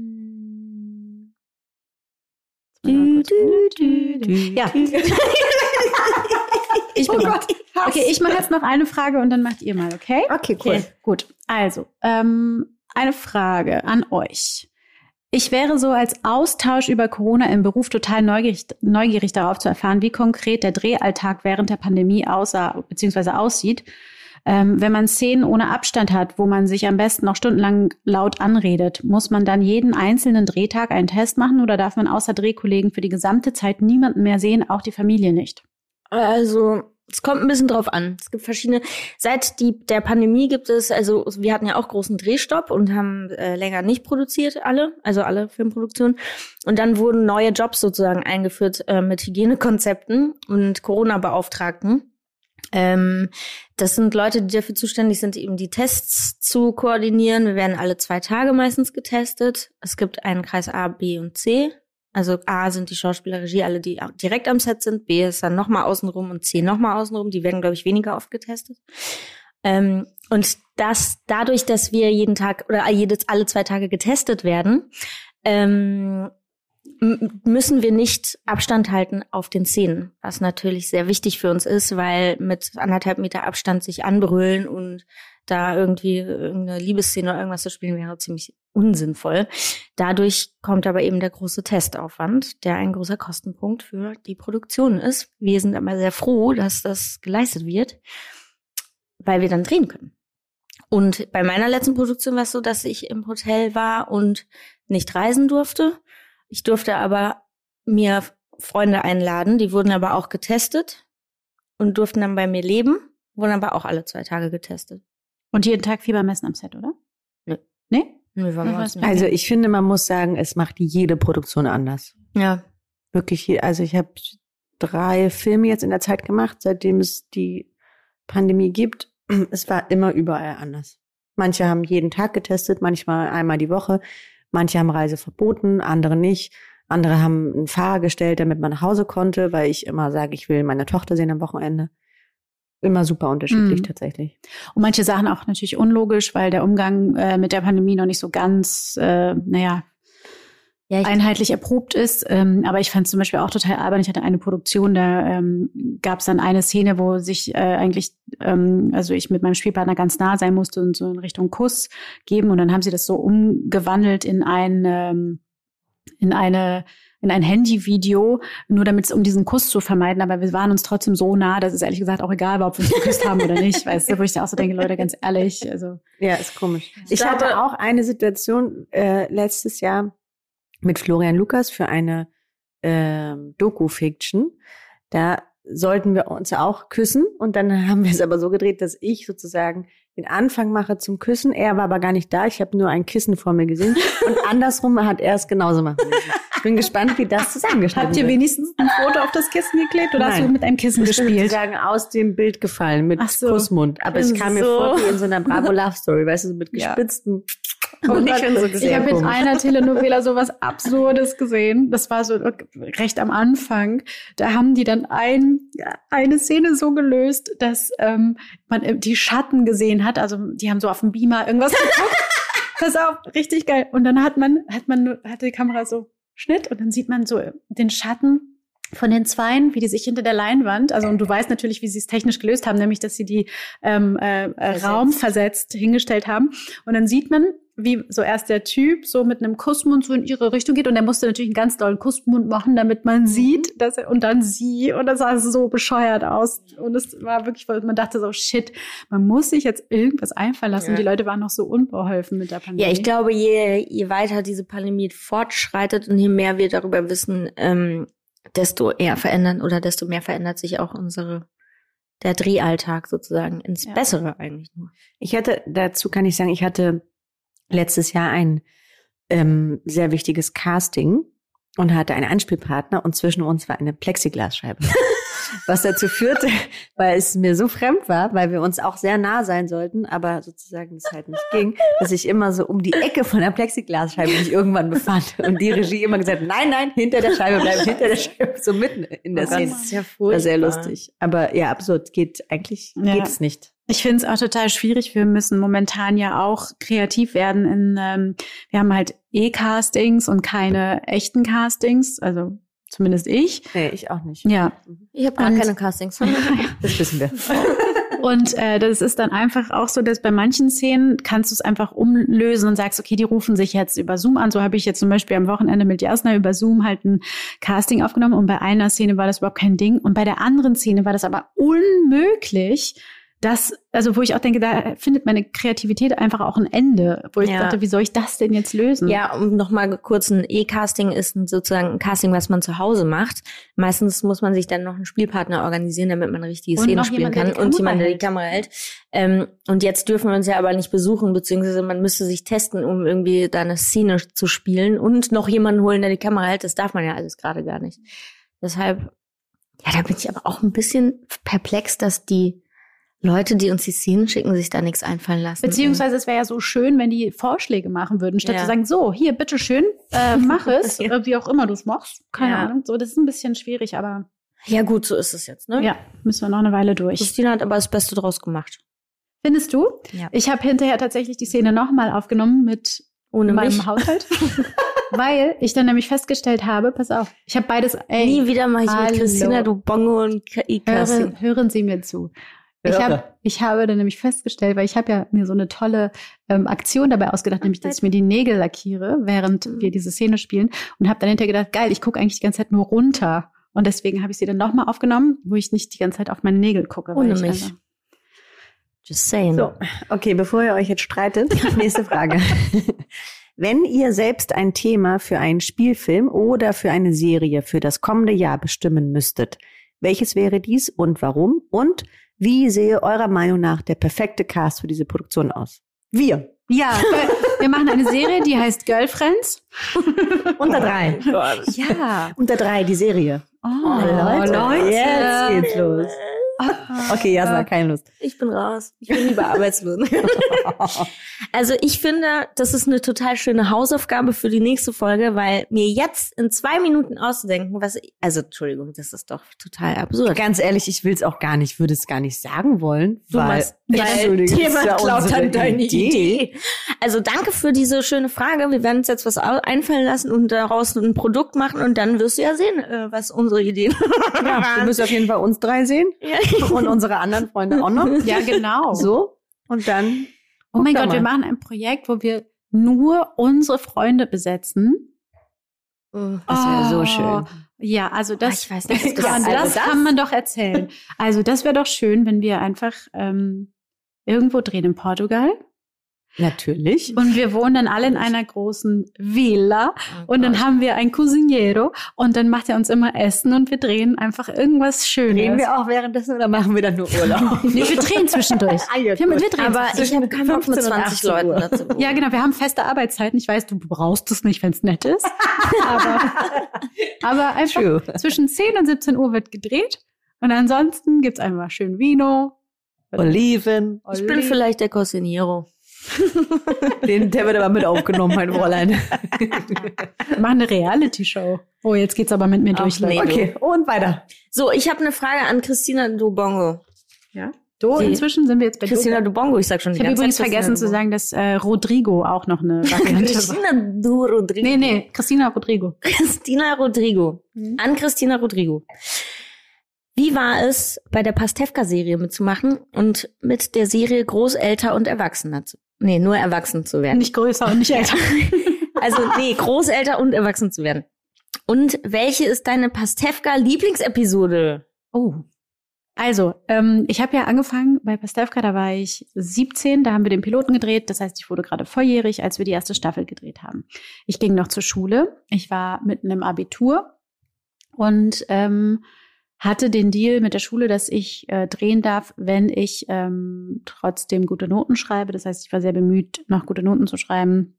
Du, du, du, du. Ja. Ich bin oh Gott. Okay, ich mache jetzt noch eine Frage und dann macht ihr mal, okay? Okay, cool. Okay, gut. Also, ähm, eine Frage an euch. Ich wäre so als Austausch über Corona im Beruf total neugierig, neugierig darauf zu erfahren, wie konkret der Drehalltag während der Pandemie aussah bzw. aussieht. Ähm, wenn man Szenen ohne Abstand hat, wo man sich am besten noch stundenlang laut anredet, muss man dann jeden einzelnen Drehtag einen Test machen oder darf man außer Drehkollegen für die gesamte Zeit niemanden mehr sehen, auch die Familie nicht? Also es kommt ein bisschen drauf an. Es gibt verschiedene, seit die, der Pandemie gibt es, also wir hatten ja auch großen Drehstopp und haben äh, länger nicht produziert, alle, also alle Filmproduktionen. Und dann wurden neue Jobs sozusagen eingeführt äh, mit Hygienekonzepten und Corona-Beauftragten. Ähm, das sind Leute, die dafür zuständig sind, eben die Tests zu koordinieren. Wir werden alle zwei Tage meistens getestet. Es gibt einen Kreis A, B und C. Also A sind die Schauspieler, Regie, alle, die direkt am Set sind. B ist dann nochmal außenrum und C nochmal außenrum. Die werden, glaube ich, weniger oft getestet. Ähm, und das dadurch, dass wir jeden Tag oder jedes, alle zwei Tage getestet werden, ähm, müssen wir nicht Abstand halten auf den Szenen, was natürlich sehr wichtig für uns ist, weil mit anderthalb Meter Abstand sich anbrüllen und da irgendwie irgendeine Liebesszene oder irgendwas zu spielen wäre ziemlich unsinnvoll. Dadurch kommt aber eben der große Testaufwand, der ein großer Kostenpunkt für die Produktion ist. Wir sind aber sehr froh, dass das geleistet wird, weil wir dann drehen können. Und bei meiner letzten Produktion war es so, dass ich im Hotel war und nicht reisen durfte. Ich durfte aber mir Freunde einladen, die wurden aber auch getestet und durften dann bei mir leben, wurden aber auch alle zwei Tage getestet. Und jeden Tag Fieber messen am Set, oder? Nee. Nee? Nee, war nicht. Also ich finde, man muss sagen, es macht jede Produktion anders. Ja. Wirklich, also ich habe drei Filme jetzt in der Zeit gemacht, seitdem es die Pandemie gibt. Es war immer überall anders. Manche haben jeden Tag getestet, manchmal einmal die Woche. Manche haben Reise verboten, andere nicht. Andere haben einen Fahrer gestellt, damit man nach Hause konnte, weil ich immer sage, ich will meine Tochter sehen am Wochenende. Immer super unterschiedlich mhm. tatsächlich. Und manche Sachen auch natürlich unlogisch, weil der Umgang äh, mit der Pandemie noch nicht so ganz, äh, naja, ja, einheitlich erprobt ist. Ähm, aber ich fand es zum Beispiel auch total albern. Ich hatte eine Produktion, da ähm, gab es dann eine Szene, wo sich äh, eigentlich, ähm, also ich mit meinem Spielpartner ganz nah sein musste und so in Richtung Kuss geben. Und dann haben sie das so umgewandelt in ein, ähm, in eine, in ein Handyvideo, nur damit es um diesen Kuss zu vermeiden. Aber wir waren uns trotzdem so nah, dass es ehrlich gesagt auch egal war, ob wir uns geküsst haben oder nicht. Weißt du, wo ich da auch so denke, Leute, ganz ehrlich. Also ja, ist komisch. Ich, ich hatte auch eine Situation äh, letztes Jahr mit Florian Lukas für eine ähm, Doku-Fiction. Da sollten wir uns auch küssen. Und dann haben wir es aber so gedreht, dass ich sozusagen den Anfang mache zum Küssen. Er war aber gar nicht da. Ich habe nur ein Kissen vor mir gesehen. Und andersrum hat er es genauso machen müssen. Ich bin gespannt, wie das zusammengeschnitten Habt ihr wird. wenigstens ein Foto auf das Kissen geklebt oder Nein. hast du mit einem Kissen Ich bin gespielt? sozusagen aus dem Bild gefallen mit Ach so. Kussmund. Aber es kam mir So. vor wie in so einer Bravo Love Story, weißt du, so mit Ja. gespitzten. Und ich bin so ich sehr habe in komisch. einer Telenovela sowas Absurdes gesehen. Das war so recht am Anfang. Da haben die dann ein, eine Szene so gelöst, dass ähm, man die Schatten gesehen hat. Also die haben so auf dem Beamer irgendwas geguckt. Pass auf, richtig geil. Und dann hat man, hat man, nur- hatte die Kamera so Schnitt und dann sieht man so den Schatten von den Zweien, wie die sich hinter der Leinwand, also und du weißt natürlich, wie sie es technisch gelöst haben, nämlich, dass sie die ähm, äh, äh, Raum versetzt hingestellt haben. Und dann sieht man, wie so erst der Typ so mit einem Kussmund so in ihre Richtung geht und der musste natürlich einen ganz dollen Kussmund machen, damit man sieht, dass er, und dann sie, und das sah so bescheuert aus. Und es war wirklich, man dachte so, shit, man muss sich jetzt irgendwas einfallen lassen. Ja. Die Leute waren noch so unbeholfen mit der Pandemie. Ja, ich glaube, je, je weiter diese Pandemie fortschreitet und je mehr wir darüber wissen, ähm, desto eher verändern oder desto mehr verändert sich auch unsere, der Drehalltag sozusagen ins Ja. Bessere eigentlich nur. Ich hatte, dazu kann ich sagen, ich hatte letztes Jahr ein ähm, sehr wichtiges Casting und hatte einen Anspielpartner und zwischen uns war eine Plexiglasscheibe. Was dazu führte, weil es mir so fremd war, weil wir uns auch sehr nah sein sollten, aber sozusagen es halt nicht ging, dass ich immer so um die Ecke von der Plexiglasscheibe mich irgendwann befand und die Regie immer gesagt hat, nein, nein, hinter der Scheibe bleiben, hinter der Scheibe, so mitten in der Oh Gott, Szene. das ist ja War sehr furchtbar. lustig. Aber ja, absurd, geht eigentlich, Ja. geht's nicht. Ich finde es auch total schwierig. Wir müssen momentan ja auch kreativ werden. In, ähm, wir haben halt E-Castings und keine echten Castings, also zumindest ich. Nee, ich auch nicht. Ja. Ich habe gar Und- keine Castings. Das wissen wir. Und äh, das ist dann einfach auch so, dass bei manchen Szenen kannst du es einfach umlösen und sagst, okay, die rufen sich jetzt über Zoom an. So habe ich jetzt zum Beispiel am Wochenende mit Jasna über Zoom halt ein Casting aufgenommen und bei einer Szene war das überhaupt kein Ding und bei der anderen Szene war das aber unmöglich, dass, also wo ich auch denke, da findet meine Kreativität einfach auch ein Ende, wo ich Ja. dachte, wie soll ich das denn jetzt lösen? Ja, um nochmal kurz, ein E-Casting ist ein, sozusagen ein Casting, was man zu Hause macht. Meistens muss man sich dann noch einen Spielpartner organisieren, damit man eine richtige Und Szene noch spielen jemand, der kann die und Kamera jemand, der die hält. Kamera hält. Ähm, und jetzt dürfen wir uns ja aber nicht besuchen, beziehungsweise man müsste sich testen, um irgendwie da eine Szene zu spielen und noch jemanden holen, der die Kamera hält. Das darf man ja alles gerade gar nicht. Deshalb, ja, da bin ich aber auch ein bisschen perplex, dass die Leute, die uns die Szenen schicken, sich da nichts einfallen lassen. Beziehungsweise es wäre ja so schön, wenn die Vorschläge machen würden, statt Ja. zu sagen, so, hier, bitteschön, äh, mach es, Ja. äh, wie auch immer du es machst. Keine Ja. Ahnung. So, das ist ein bisschen schwierig, aber Ja gut, so ist es jetzt, ne? ja, müssen wir noch eine Weile durch. Christina hat aber das Beste draus gemacht. Findest du? Ja. Ich habe hinterher tatsächlich die Szene nochmal aufgenommen mit Ohne meinem mich. Haushalt. Weil ich dann nämlich festgestellt habe, pass auf, ich habe beides, ey, Nie wieder mal ich hallo. mit Christina, du Bongo und E-Casting. hören, hören Sie mir zu. Ich Höre. habe ich habe dann nämlich festgestellt, weil ich habe ja mir so eine tolle ähm, Aktion dabei ausgedacht, nämlich, dass ich mir die Nägel lackiere, während wir diese Szene spielen und habe dann hinterher gedacht, geil, ich gucke eigentlich die ganze Zeit nur runter. Und deswegen habe ich sie dann nochmal aufgenommen, wo ich nicht die ganze Zeit auf meine Nägel gucke. weil Ohne ich mich. einfach- Just saying. So, okay, bevor ihr euch jetzt streitet, nächste Frage. Wenn ihr selbst ein Thema für einen Spielfilm oder für eine Serie für das kommende Jahr bestimmen müsstet, welches wäre dies und warum? Und wie sehe eurer Meinung nach der perfekte Cast für diese Produktion aus? Wir. Ja, wir machen eine Serie, die heißt Girlfriends. Unter drei. Ja. Unter drei, die Serie. Oh, Leute, jetzt geht's los. Okay, Jasna, keine Lust. Ich bin raus. Ich bin lieber arbeitslos. Also ich finde, das ist eine total schöne Hausaufgabe für die nächste Folge, weil mir jetzt in zwei Minuten auszudenken, was ich, also Entschuldigung, das ist doch total absurd. Ganz ehrlich, ich will es auch gar nicht, würde es gar nicht sagen wollen, Du weil, meinst, weil Entschuldigung, jemand ist ja klaut unsere dann deine Idee. Also danke für diese schöne Frage. Wir werden uns jetzt was au- einfallen lassen und daraus ein Produkt machen und dann wirst du ja sehen, äh, was unsere Ideen Ja, du müsst auf jeden Fall uns drei sehen und unsere anderen Freunde auch noch. Ja, genau. So, und dann Oh mein guck Gott, da wir mal. machen ein Projekt, wo wir nur unsere Freunde besetzen. Oh. Das wäre so Oh. schön. Ja, also das, Ah, ich weiß nicht, das, das- kann, also das das- kann man doch erzählen. Also das wäre doch schön, wenn wir einfach ähm, irgendwo drehen in Portugal Natürlich. Und wir wohnen dann alle in einer großen Villa. Oh und dann Gott. haben wir ein Cousiniero. Und dann macht er uns immer Essen und wir drehen einfach irgendwas Schönes. Drehen wir auch währenddessen oder machen wir dann nur Urlaub? Nee, wir drehen zwischendurch. Ah, ja, wir, wir gut. drehen Aber ich zwischen habe keinen Bock mit fünfzehn und zwanzig achtzehn Leuten Uhr. dazu. Ja, genau, wir haben feste Arbeitszeiten. Ich weiß, du brauchst es nicht, wenn es nett ist. aber, aber einfach True. zwischen zehn und siebzehn Uhr wird gedreht. Und ansonsten gibt's einfach schön Vino. Oliven. Ich bin vielleicht der Cosinero. Den, der wird aber mit aufgenommen, mein Fräulein. Wir machen eine Reality-Show. Oh, jetzt geht's aber mit mir durch. nee. Leute. Okay, und weiter. So, ich habe eine Frage an Christina Dubongo. Ja. Do, Die- inzwischen sind wir jetzt bei Christina Do. Dubongo, ich sag schon Ich die habe ganze übrigens Zeit vergessen zu Christina sagen, dass äh, Rodrigo auch noch eine Variante war. Christina Du Rodrigo. Nee, nee, Christina Rodrigo. Christina Rodrigo. Mhm. An Christina Rodrigo. Wie war es, bei der Pastewka-Serie mitzumachen und mit der Serie Großelter und Erwachsener zu, nee, nur erwachsen zu werden? Nicht größer und nicht älter. Also, nee, Großelter und erwachsen zu werden. Und welche ist deine Pastewka-Lieblingsepisode? Oh. Also, ähm, ich habe ja angefangen bei Pastewka, da war ich siebzehn, da haben wir den Piloten gedreht. Das heißt, ich wurde gerade volljährig, als wir die erste Staffel gedreht haben. Ich ging noch zur Schule. Ich war mitten im Abitur und ähm, hatte den Deal mit der Schule, dass ich äh, drehen darf, wenn ich ähm, trotzdem gute Noten schreibe. Das heißt, ich war sehr bemüht, noch gute Noten zu schreiben.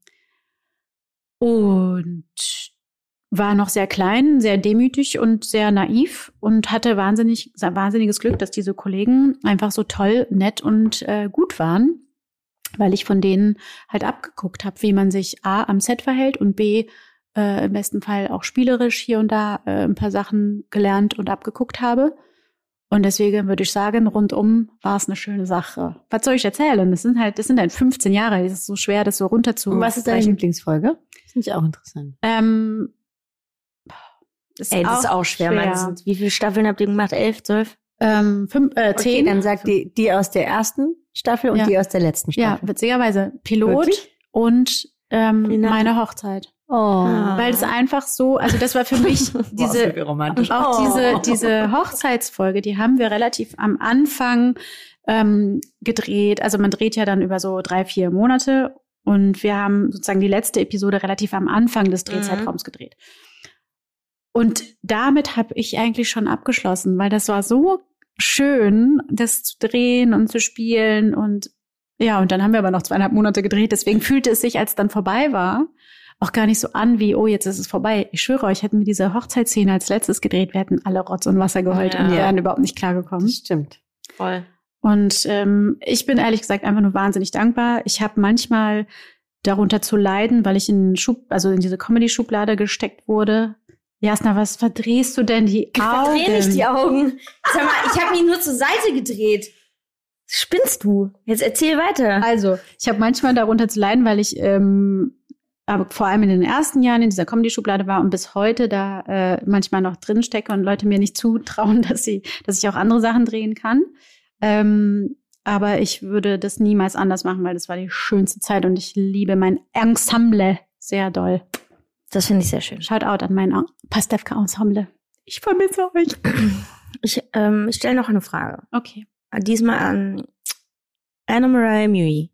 Und war noch sehr klein, sehr demütig und sehr naiv und hatte wahnsinnig, wahnsinniges Glück, dass diese Kollegen einfach so toll, nett und äh, gut waren, weil ich von denen halt abgeguckt habe, wie man sich A am Set verhält und B äh, im besten Fall auch spielerisch hier und da äh, ein paar Sachen gelernt und abgeguckt habe. Und deswegen würde ich sagen, rundum war es eine schöne Sache. Was soll ich erzählen? Das sind halt, das sind halt fünfzehn Jahre. Es ist so schwer, das so runter zu. Und was ist deine Lieblingsfolge? Das finde ich auch interessant. Ähm, ist Ey, das ist auch schwer. schwer. Sind, wie viele Staffeln habt ihr gemacht? Elf, zwölf? Ähm, fünf, äh, zehn. Okay, dann sagt die, die aus der ersten Staffel und ja. die aus der letzten Staffel. Ja, witzigerweise. Pilot Wirklich? und ähm, meine Hochzeit. Oh. Weil es einfach so, also das war für mich diese, Boah, romantisch. auch Oh. diese, diese Hochzeitsfolge, die haben wir relativ am Anfang ähm, gedreht. Also man dreht ja dann über so drei, vier Monate und wir haben sozusagen die letzte Episode relativ am Anfang des Drehzeitraums mhm. gedreht. Und damit habe ich eigentlich schon abgeschlossen, weil das war so schön, das zu drehen und zu spielen. Und ja, und dann haben wir aber noch zweieinhalb Monate gedreht. Deswegen fühlte es sich, als es dann vorbei war, auch gar nicht so an wie, oh, jetzt ist es vorbei. Ich schwöre euch, hätten wir diese Hochzeitsszene als letztes gedreht, wir hätten alle Rotz und Wasser geheult ja. und wären überhaupt nicht klargekommen. Das stimmt. Voll. Und ähm, ich bin ehrlich gesagt einfach nur wahnsinnig dankbar. Ich habe manchmal darunter zu leiden, weil ich in Schub, also in diese Comedy-Schublade gesteckt wurde. Jasna, was verdrehst du denn die Augen? Ich verdreh nicht die Augen. Sag mal, ich habe mich nur zur Seite gedreht. Spinnst du? Jetzt erzähl weiter. Also, ich habe manchmal darunter zu leiden, weil ich ähm, aber vor allem in den ersten Jahren in dieser Comedy-Schublade war und bis heute da äh, manchmal noch drin stecke und Leute mir nicht zutrauen, dass sie, dass ich auch andere Sachen drehen kann. Ähm, aber ich würde das niemals anders machen, weil das war die schönste Zeit und ich liebe mein Ensemble sehr doll. Das finde ich sehr schön. Shout out an mein Pastewka-Ensemble. Ich vermisse euch. Ich, ähm, ich stelle noch eine Frage. Okay. Diesmal an Anna Mariah Mui.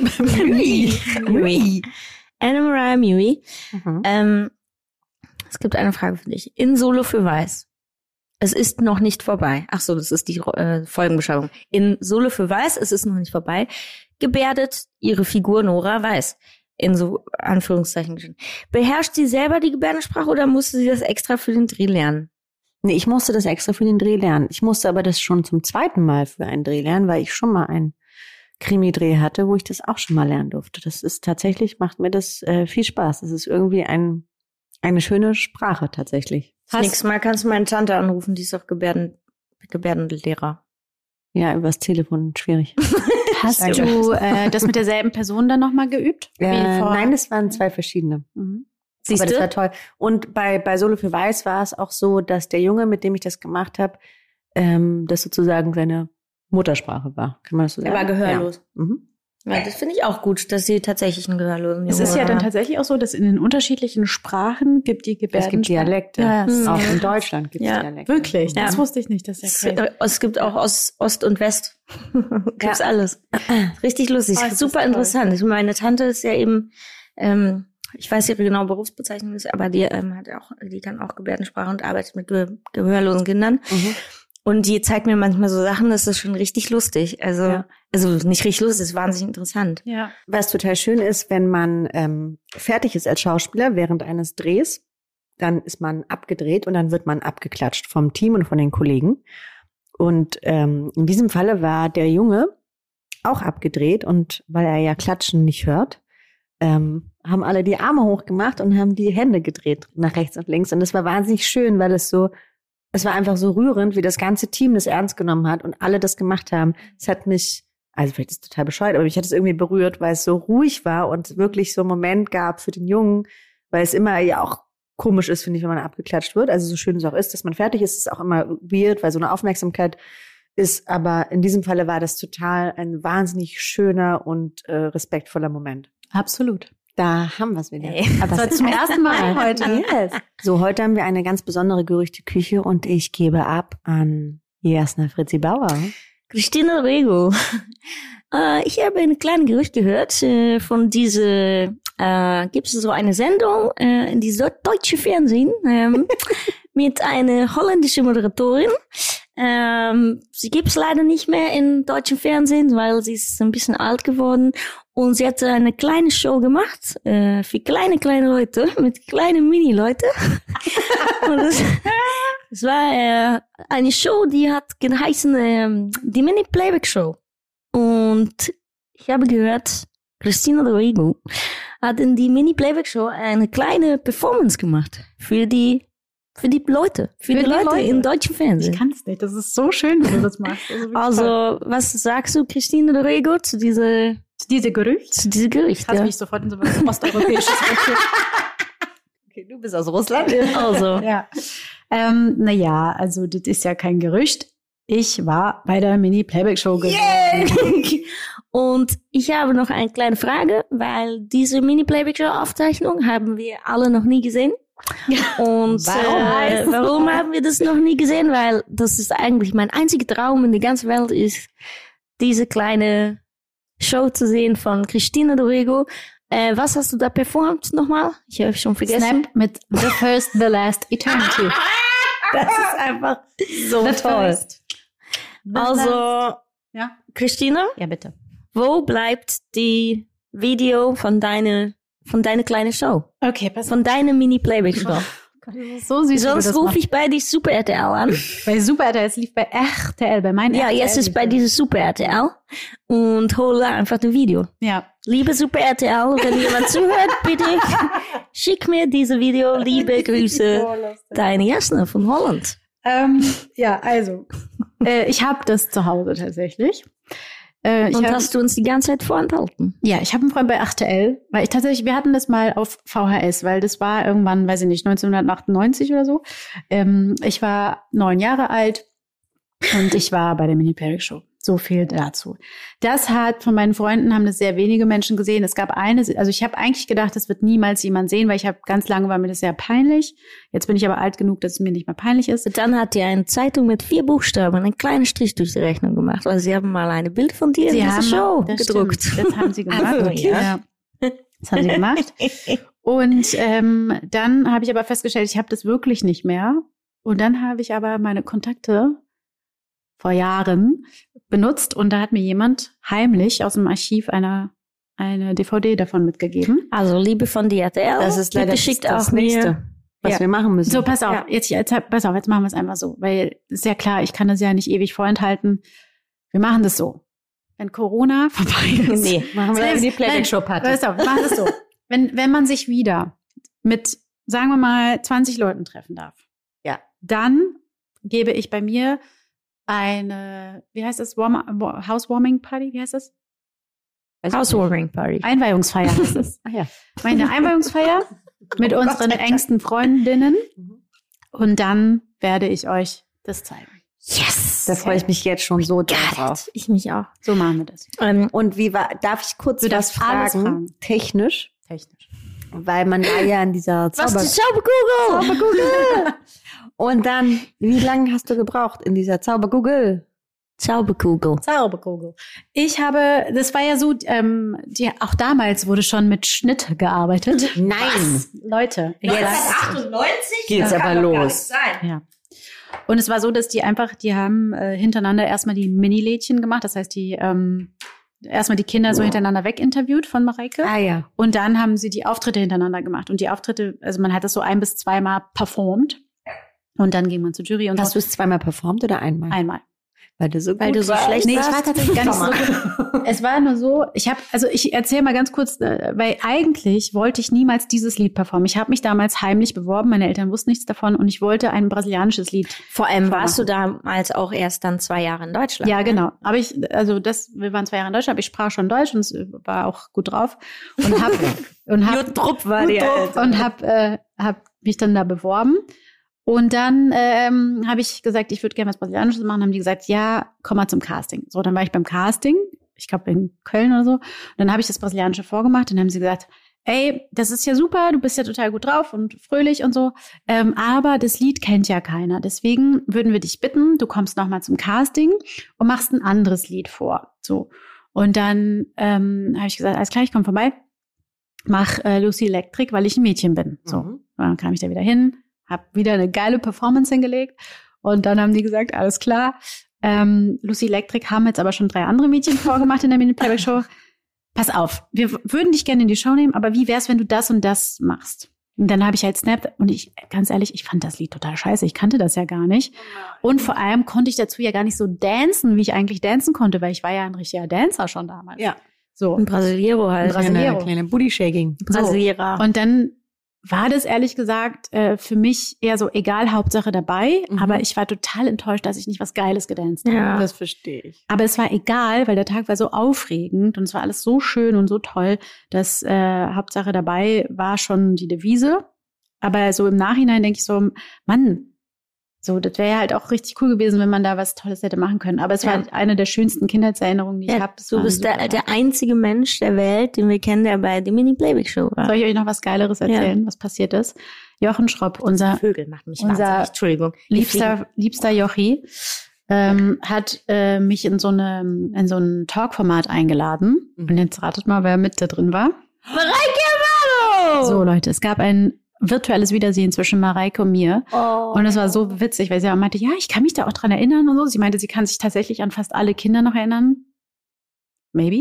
Mui. Mui. Anna Mariah Mui. Mhm. Ähm, es gibt eine Frage für dich. In Solo für Weiß. Es ist noch nicht vorbei. Ach so, das ist die äh, Folgenbeschreibung. In Solo für Weiß, es ist noch nicht vorbei, gebärdet ihre Figur Nora Weiß. In so Anführungszeichen. Beherrscht sie selber die Gebärdensprache oder musste sie das extra für den Dreh lernen? Nee, ich musste das extra für den Dreh lernen. Ich musste aber das schon zum zweiten Mal für einen Dreh lernen, weil ich schon mal einen Krimi-Dreh hatte, wo ich das auch schon mal lernen durfte. Das ist tatsächlich, macht mir das äh, viel Spaß. Das ist irgendwie ein, eine schöne Sprache tatsächlich. Das nächste Mal kannst du meine Tante anrufen, die ist auch Gebärden, Gebärdenlehrer. Ja, übers Telefon schwierig. Hast du äh, das mit derselben Person dann nochmal geübt? Äh, nein, das waren zwei verschiedene. Mhm. Aber das war toll. Und bei, bei Solo für Weiß war es auch so, dass der Junge, mit dem ich das gemacht habe, ähm, das sozusagen seine Muttersprache war. Kann man das so sagen? Er war gehörlos. Ja. Mhm. Ja, das finde ich auch gut, dass sie tatsächlich einen gehörlosen Es ist ja dann tatsächlich auch so, dass in den unterschiedlichen Sprachen gibt die Gebärden. Es gibt Dialekte. Ja, mhm. Auch in Deutschland gibt es ja. Dialekte. Wirklich? Ja. Das wusste ich nicht. Das ist ja crazy. Es gibt auch Ost, Ost und West. Gibt's Ja. alles. Richtig lustig. Oh, das Super ist interessant. Ich, meine Tante ist ja eben, ähm, ich weiß ihre genaue Berufsbezeichnung nicht, aber die ähm, hat auch, die kann auch Gebärdensprache und arbeitet mit ge gehörlosen Kindern. Mhm. Und die zeigt mir manchmal so Sachen, das ist schon richtig lustig. Also, Ja. also nicht richtig lustig, das ist wahnsinnig interessant. Ja. Was total schön ist, wenn man ähm, fertig ist als Schauspieler während eines Drehs, dann ist man abgedreht und dann wird man abgeklatscht vom Team und von den Kollegen. Und ähm, in diesem Falle war der Junge auch abgedreht und weil er ja Klatschen nicht hört, ähm, haben alle die Arme hochgemacht und haben die Hände gedreht nach rechts und links. Und das war wahnsinnig schön, weil es so Es war einfach so rührend, wie das ganze Team das ernst genommen hat und alle das gemacht haben. Es hat mich, also vielleicht ist es total bescheuert, aber mich hat es irgendwie berührt, weil es so ruhig war und wirklich so einen Moment gab für den Jungen, weil es immer ja auch komisch ist, finde ich, wenn man abgeklatscht wird. Also so schön es auch ist, dass man fertig ist, ist auch immer weird, weil so eine Aufmerksamkeit ist. Aber in diesem Falle war das total ein wahnsinnig schöner und äh, respektvoller Moment. Absolut. Da haben wir es wieder. Ey. Aber Das war zum ersten Mal heute. Yes. So, heute haben wir eine ganz besondere Gerüchteküche und ich gebe ab an Jasna Fritzi Bauer. Christina Rego. äh, ich habe ein kleines Gerücht gehört äh, von diese, äh, gibt es so eine Sendung äh, in die so deutsche Fernsehen ähm, mit einer holländischen Moderatorin. Ähm, sie gibt es leider nicht mehr im deutschen Fernsehen, weil sie ist ein bisschen alt geworden. Und sie hat eine kleine Show gemacht äh, für kleine, kleine Leute, mit kleinen Mini-Leute. Und das, das war äh, eine Show, die hat geheißen äh, die Mini-Playback-Show. Und ich habe gehört, Christina Rego hat in die Mini-Playback-Show eine kleine Performance gemacht für die Für die Leute, für, für die, die Leute, Leute im deutschen Fernsehen. Ich kann es nicht, das ist so schön, wie du das machst. Also, also was sagst du, Christina Rego, zu dieser Zu diese Gerücht? Zu diese Gerücht, Hast ja. mich sofort in so was osteuropäisches Okay, du bist aus Russland. Also. Ja. Ähm, naja, also das ist ja kein Gerücht. Ich war bei der Mini-Playback-Show gewesen. Und ich habe noch eine kleine Frage, weil diese Mini-Playback-Show-Aufzeichnung haben wir alle noch nie gesehen. Und warum, äh, warum haben wir das noch nie gesehen? Weil das ist eigentlich mein einziger Traum in der ganzen Welt, ist diese kleine Show zu sehen von Christina Rego. Äh, was hast du da performt nochmal? Ich habe schon vergessen. Snap mit The First, The Last, Eternity. Das ist einfach so The toll. First. Also, Ja? Christina, Ja, bitte. wo bleibt die Video von deiner von deiner kleinen Show? Okay, pass auf. Von deiner Mini-Playback-Show? Das ist so süß, wie du Sonst das rufe machst. ich bei die Super R T L an. Bei Super R T L, es lief bei R T L, bei meinen Ja, R T L jetzt ist bei diesem Super R T L und hole einfach das Video. Ja. Liebe Super R T L, wenn jemand zuhört, bitte schick mir dieses Video. Liebe Grüße, deine Jasna von Holland. Ähm, ja, also, äh, ich habe das zu Hause tatsächlich. Äh, ich Und hab, hast du uns die ganze Zeit vorenthalten? Ja, ich habe einen Freund bei R T L, weil ich tatsächlich, wir hatten das mal auf V H S, weil das war irgendwann, weiß ich nicht, neunzehnhundertachtundneunzig oder so. Ähm, ich war neun Jahre alt und ich war bei der Mini-Playback-Show. So viel dazu. Das hat von meinen Freunden, haben das sehr wenige Menschen gesehen. Es gab eine, also ich habe eigentlich gedacht, das wird niemals jemand sehen, weil ich habe ganz lange war mir das sehr peinlich. Jetzt bin ich aber alt genug, dass es mir nicht mehr peinlich ist. Dann hat dir eine Zeitung mit vier Buchstaben einen kleinen Strich durch die Rechnung gemacht, weil sie haben mal ein Bild von dir Sie in dieser haben Show das gedruckt. Stimmt, das haben sie gemacht. Also, ja. Ja. Das haben sie gemacht. Und ähm, dann habe ich aber festgestellt, ich habe das wirklich nicht mehr. Und dann habe ich aber meine Kontakte vor Jahren benutzt und da hat mir jemand heimlich aus dem Archiv einer eine D V D davon mitgegeben. Also Liebe von D R T L. Das ist leider bitte schickt das auch Nächste, mir. was Ja. wir machen müssen. So, pass auf, Ja. jetzt, jetzt pass auf, jetzt machen wir es einfach so, weil ist ja klar, ich kann das ja nicht ewig vorenthalten. Wir machen das so. Wenn Corona vorbei ist. Nee, machen wir Nein, die Playback-Show-Party. Pass auf, wir machen das so. Wenn, wenn man sich wieder mit, sagen wir mal, zwanzig Leuten treffen darf, Ja. dann gebe ich bei mir eine, wie heißt das, Warm Housewarming Party, wie heißt das? Housewarming Party. Einweihungsfeier heißt es. Ach ja. Meine Einweihungsfeier mit unseren engsten Freundinnen und dann werde ich euch das zeigen. Yes! Da freue ich mich jetzt schon so drauf. Ich mich auch. So machen wir das. Ähm, Und wie war, darf ich kurz Du was darfst alles fragen? fragen. Technisch? Technisch. Weil man war ja in dieser was Zauber... die Zauberkugel? Zauberkugel! Und dann, wie lange hast du gebraucht in dieser Zauberkugel? Zauberkugel. Zauberkugel. Ich habe, das war ja so, ähm, die, auch damals wurde schon mit Schnitt gearbeitet. Nein! Leute, ich sag's- achtundneunzig? Geht's aber los. Ja. Und es war so, dass die einfach, die haben äh, hintereinander erstmal die Mini-Lädchen gemacht. Das heißt, die ähm, erstmal die Kinder so hintereinander weginterviewt von Mareike. Ah ja. Und dann haben sie die Auftritte hintereinander gemacht. Und die Auftritte, also man hat das so ein bis zweimal performt. Und dann ging man zur Jury und Hast du es zweimal performt oder einmal? einmal. Weil du so Weil gut du so warst? schlecht Nee, ich warst? war tatsächlich gar nicht so gut. Es war nur so, ich habe, also ich erzähle mal ganz kurz, äh, weil eigentlich wollte ich niemals dieses Lied performen. Ich habe mich damals heimlich beworben, meine Eltern wussten nichts davon und ich wollte ein brasilianisches Lied. Vor allem warst du damals auch erst dann zwei Jahre in Deutschland. Ja, genau. Aber ich, also das, wir waren zwei Jahre in Deutschland, aber ich sprach schon Deutsch und war auch gut drauf und hab und hab Gut Drupp war gut die drauf Alter. und hab, äh, hab mich dann da beworben. Und dann ähm, habe ich gesagt, ich würde gerne was Brasilianisches machen. Haben die gesagt, ja, komm mal zum Casting. So, dann war ich beim Casting, ich glaube in Köln oder so. Und dann habe ich das Brasilianische vorgemacht und dann haben sie gesagt, ey, das ist ja super, du bist ja total gut drauf und fröhlich und so. Ähm, aber das Lied kennt ja keiner. Deswegen würden wir dich bitten, du kommst noch mal zum Casting und machst ein anderes Lied vor. So. Und dann ähm, habe ich gesagt, alles klar, ich komme vorbei, mach äh, Lucy Electric, weil ich ein Mädchen bin. So. Mhm. Und dann kam ich da wieder hin, habe wieder eine geile Performance hingelegt und dann haben die gesagt, alles klar, ähm, Lucy Electric haben jetzt aber schon drei andere Mädchen vorgemacht in der Mini-Playback-Show. Pass auf, wir w- würden dich gerne in die Show nehmen, aber wie wär's, wenn du das und das machst? Und dann habe ich halt Snap und ich, ganz ehrlich, ich fand das Lied total scheiße. Ich kannte das ja gar nicht. Und vor allem konnte ich dazu ja gar nicht so dancen, wie ich eigentlich dancen konnte, weil ich war ja ein richtiger Dancer schon damals. Ja. So. Ein Brasileiro halt. Ein Brasileiro. Kleine, kleine Booty-Shaking. Brasilerer. Und dann war das ehrlich gesagt äh, für mich eher so egal, Hauptsache dabei. Mhm. Aber ich war total enttäuscht, dass ich nicht was Geiles gedanced habe. Ja. Das verstehe ich. Aber es war egal, weil der Tag war so aufregend und es war alles so schön und so toll, dass äh, Hauptsache dabei war schon die Devise. Aber so im Nachhinein denke ich so, Mann, so, das wäre ja halt auch richtig cool gewesen, wenn man da was Tolles hätte machen können. Aber es Ja. war eine der schönsten Kindheitserinnerungen, die ich Ja, habe. du bist der, der einzige Mensch der Welt, den wir kennen, der bei der Mini-Playback-Show war. Soll ich euch noch was Geileres erzählen, was passiert ist? Jochen Schropp, unser Vögel macht mich unser wahnsinnig. Entschuldigung. liebster, liebster Jochi, ähm, hat äh, mich in so eine in so ein Talkformat eingeladen. Mhm. Und jetzt ratet mal, wer mit da drin war. Mareike Amado! So, Leute, es gab ein virtuelles Wiedersehen zwischen Mareike und mir. Oh. Und es war so witzig, weil sie auch meinte, ja, ich kann mich da auch dran erinnern und so. Sie meinte, sie kann sich tatsächlich an fast alle Kinder noch erinnern. Maybe.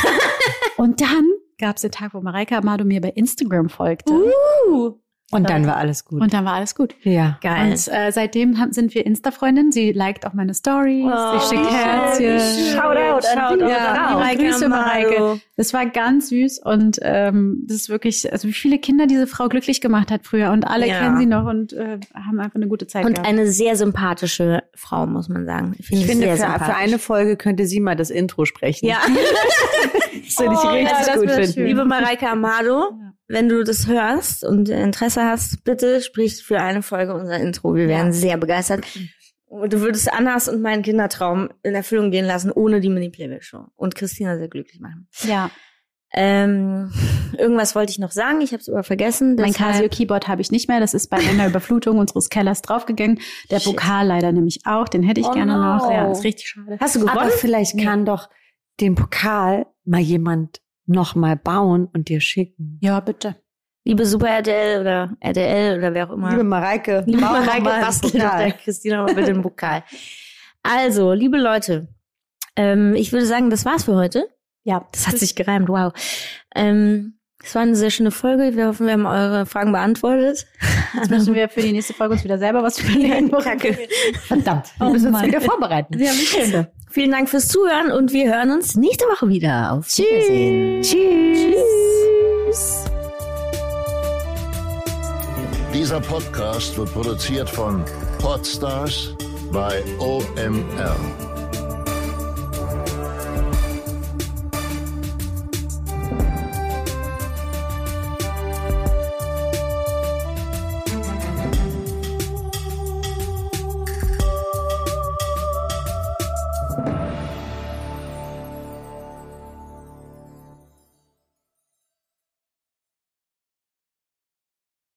Und dann gab es den Tag, wo Mareike Amado mir bei Instagram folgte. Uh. Und dann war alles gut. Und dann war alles gut. ja. Geil. Und äh, seitdem haben, sind wir Insta-Freundinnen. Sie liked auch meine Stories. Oh, sie schickt wie Herzchen. schön. Shoutout an die Ja, Frau. liebe Grüße, Mareike. Mareike. Das war ganz süß und ähm, das ist wirklich, also wie viele Kinder diese Frau glücklich gemacht hat früher und alle Ja. kennen sie noch und äh, haben einfach eine gute Zeit Und gehabt. eine sehr sympathische Frau, muss man sagen. Ich finde, Ich finde, sehr für, sympathisch. für eine Folge könnte sie mal das Intro sprechen. Ja. Das würde ich Oh, richtig ja, das gut wär finden. schön. Liebe Mareike Amado, Ja. wenn du das hörst und Interesse hast, bitte sprich für eine Folge unser Intro. Wir wären Ja. sehr begeistert. Und du würdest Annas und meinen Kindertraum in Erfüllung gehen lassen, ohne die Mini-Playback-Show. Und Christina sehr glücklich machen. Ja, Ähm, irgendwas wollte ich noch sagen, ich habe es aber vergessen. mein deshalb- Casio-Keyboard habe ich nicht mehr. Das ist bei einer Überflutung unseres Kellers draufgegangen. Der Shit. Pokal leider nämlich auch. Den hätte ich Oh gerne no. noch. Ja, ist richtig schade. Hast du gewonnen? Aber vielleicht kann doch den Pokal mal jemand noch mal bauen und dir schicken. Ja, bitte. Liebe Super R T L oder R T L oder wer auch immer. Liebe Mareike, Liebe bau noch Mareike, mal einen bastel doch Pokal. der Christina mal bitte den Pokal. Also, liebe Leute, ähm, ich würde sagen, das war's für heute. Ja, Das hat sich gereimt, wow. Ähm, es war eine sehr schöne Folge. Wir hoffen, wir haben eure Fragen beantwortet. Jetzt müssen wir für die nächste Folge uns wieder selber was überlegen. Kacke. Verdammt, wir Oh müssen uns Mann. wieder vorbereiten. Ja, schön. Vielen Dank fürs Zuhören und wir hören uns nächste Woche wieder. Auf Wiedersehen. Tschüss. Dieser Podcast wird produziert von Podstars bei O M R.